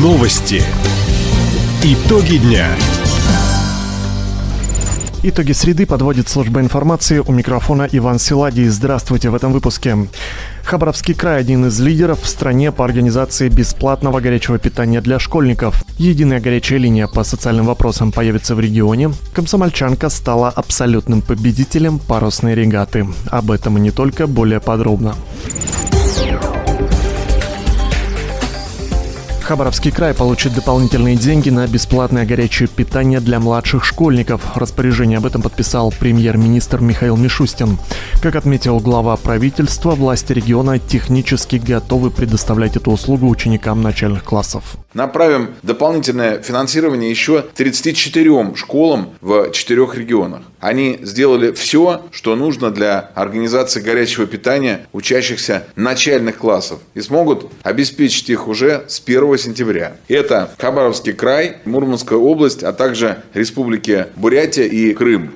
Новости. Итоги дня. Итоги среды подводит служба информации. У микрофона Иван Силадий. Здравствуйте в этом выпуске. Хабаровский край – один из лидеров в стране по организации бесплатного горячего питания для школьников. Единая горячая линия по социальным вопросам появится в регионе. Комсомольчанка стала абсолютным победителем парусной регаты. Об этом и не только, более подробно. Хабаровский край получит дополнительные деньги на бесплатное горячее питание для младших школьников. Распоряжение об этом подписал премьер-министр Михаил Мишустин. Как отметил глава правительства, власти региона технически готовы предоставлять эту услугу ученикам начальных классов. Направим дополнительное финансирование еще 34 школам в 4 регионах. Они сделали все, что нужно для организации горячего питания учащихся начальных классов и смогут обеспечить их уже с 1 сентября. Это Хабаровский край, Мурманская область, а также республики Бурятия и Крым.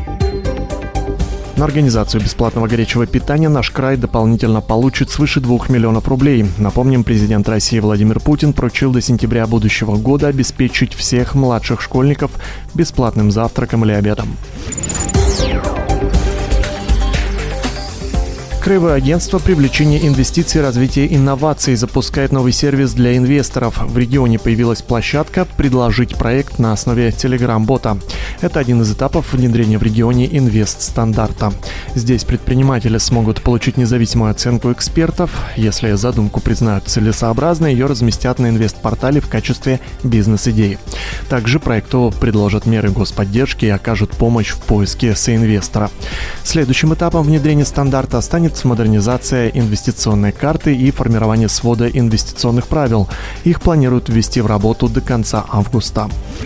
На организацию бесплатного горячего питания наш край дополнительно получит свыше 2 миллионов рублей. Напомним, президент России Владимир Путин поручил до сентября будущего года обеспечить всех младших школьников бесплатным завтраком или обедом. Краевое агентство привлечения инвестиций и развития инноваций запускает новый сервис для инвесторов. В регионе появилась площадка «Предложить проект на основе Telegram-бота». Это один из этапов внедрения в регионе инвест-стандарта. Здесь предприниматели смогут получить независимую оценку экспертов. Если задумку признают целесообразной, ее разместят на инвест-портале в качестве бизнес-идеи. Также проекту предложат меры господдержки и окажут помощь в поиске соинвестора. Следующим этапом внедрения стандарта станет модернизация инвестиционной карты и формирование свода инвестиционных правил. Их планируют ввести в работу до конца августа.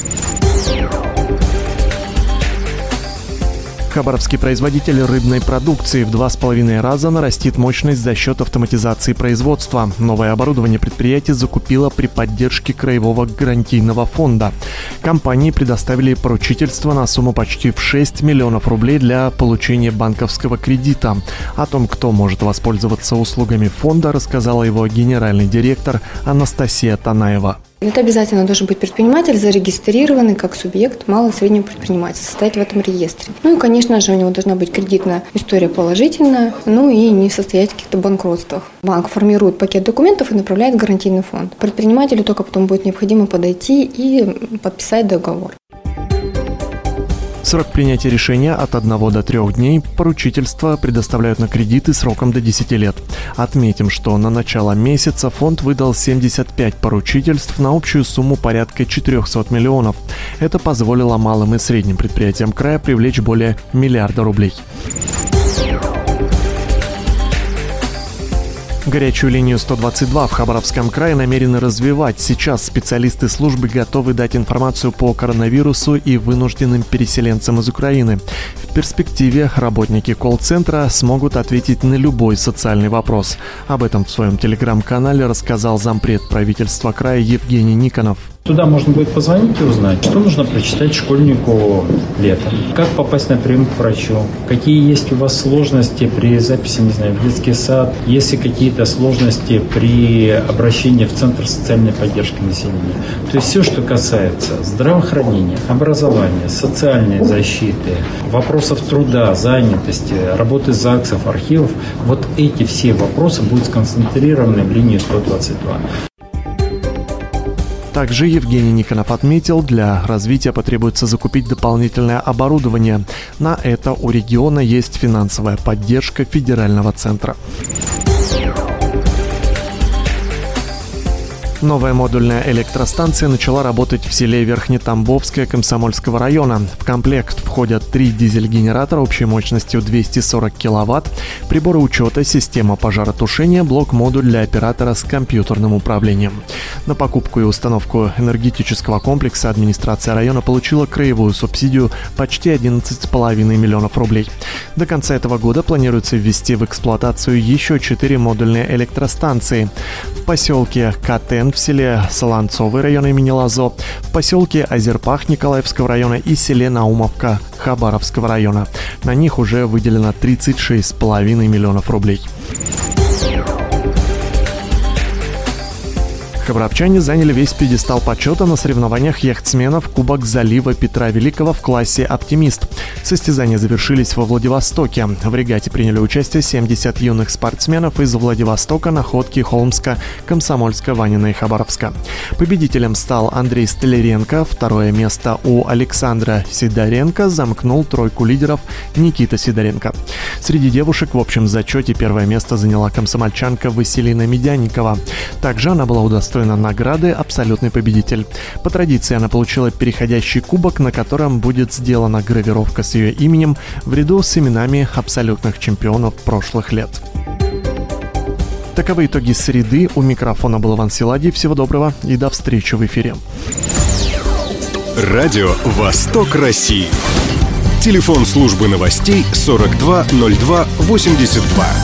Хабаровский производитель рыбной продукции в 2,5 раза нарастит мощность за счет автоматизации производства. Новое оборудование предприятие закупило при поддержке Краевого гарантийного фонда. Компании предоставили поручительство на сумму почти в 6 миллионов рублей для получения банковского кредита. О том, кто может воспользоваться услугами фонда, рассказала его генеральный директор Анастасия Танаева. Это обязательно должен быть предприниматель, зарегистрированный как субъект малого и среднего предпринимательства, состоять в этом реестре. Ну и, конечно же, у него должна быть кредитная история положительная, ну и не состоять в каких-то банкротствах. Банк формирует пакет документов и направляет в гарантийный фонд. Предпринимателю только потом будет необходимо подойти и подписать договор. Срок принятия решения от 1 до 3 дней. Поручительства предоставляют на кредиты сроком до 10 лет. Отметим, что на начало месяца фонд выдал 75 поручительств на общую сумму порядка 400 миллионов. Это позволило малым и средним предприятиям края привлечь более миллиарда рублей. Горячую линию 122 в Хабаровском крае намерены развивать. Сейчас специалисты службы готовы дать информацию по коронавирусу и вынужденным переселенцам из Украины. В перспективе работники колл-центра смогут ответить на любой социальный вопрос. Об этом в своем телеграм-канале рассказал зампред правительства края Евгений Никонов. Туда можно будет позвонить и узнать, что нужно прочитать школьнику летом, как попасть на прием к врачу, какие есть у вас сложности при записи, в детский сад, есть ли какие-то сложности при обращении в Центр социальной поддержки населения. То есть все, что касается здравоохранения, образования, социальной защиты, вопросов труда, занятости, работы ЗАГСов, архивов, вот эти все вопросы будут сконцентрированы в линии 122. Также Евгений Никонов отметил, для развития потребуется закупить дополнительное оборудование. На это у региона есть финансовая поддержка федерального центра. Новая модульная электростанция начала работать в селе Верхнетамбовское Комсомольского района. В комплект входят 3 дизель-генератора общей мощностью 240 кВт, приборы учета, система пожаротушения, блок-модуль для оператора с компьютерным управлением. На покупку и установку энергетического комплекса администрация района получила краевую субсидию почти 11,5 миллионов рублей. До конца этого года планируется ввести в эксплуатацию еще 4 модульные электростанции. В поселке Катен в селе Солонцовый район имени Лазо, в поселке Озерпах Николаевского района и селе Наумовка Хабаровского района. На них уже выделено 36,5 миллионов рублей. Хабаровчане заняли весь пьедестал почета на соревнованиях яхтсменов Кубок залива Петра Великого в классе «Оптимист». Состязания завершились во Владивостоке. В регате приняли участие 70 юных спортсменов из Владивостока, Находки, Холмска, Комсомольска, Ванина и Хабаровска. Победителем стал Андрей Столяренко. Второе место у Александра Сидоренко замкнул тройку лидеров Никита Сидоренко. Среди девушек в общем зачете первое место заняла комсомольчанка Василина Медяникова. Также она была удостоена награды «Абсолютный победитель». По традиции она получила переходящий кубок, на котором будет сделана гравировка с ее именем в ряду с именами абсолютных чемпионов прошлых лет. Таковы итоги среды. У микрофона был Иван Силадий. Всего доброго и до встречи в эфире. Радио «Восток России». Телефон службы новостей 420282.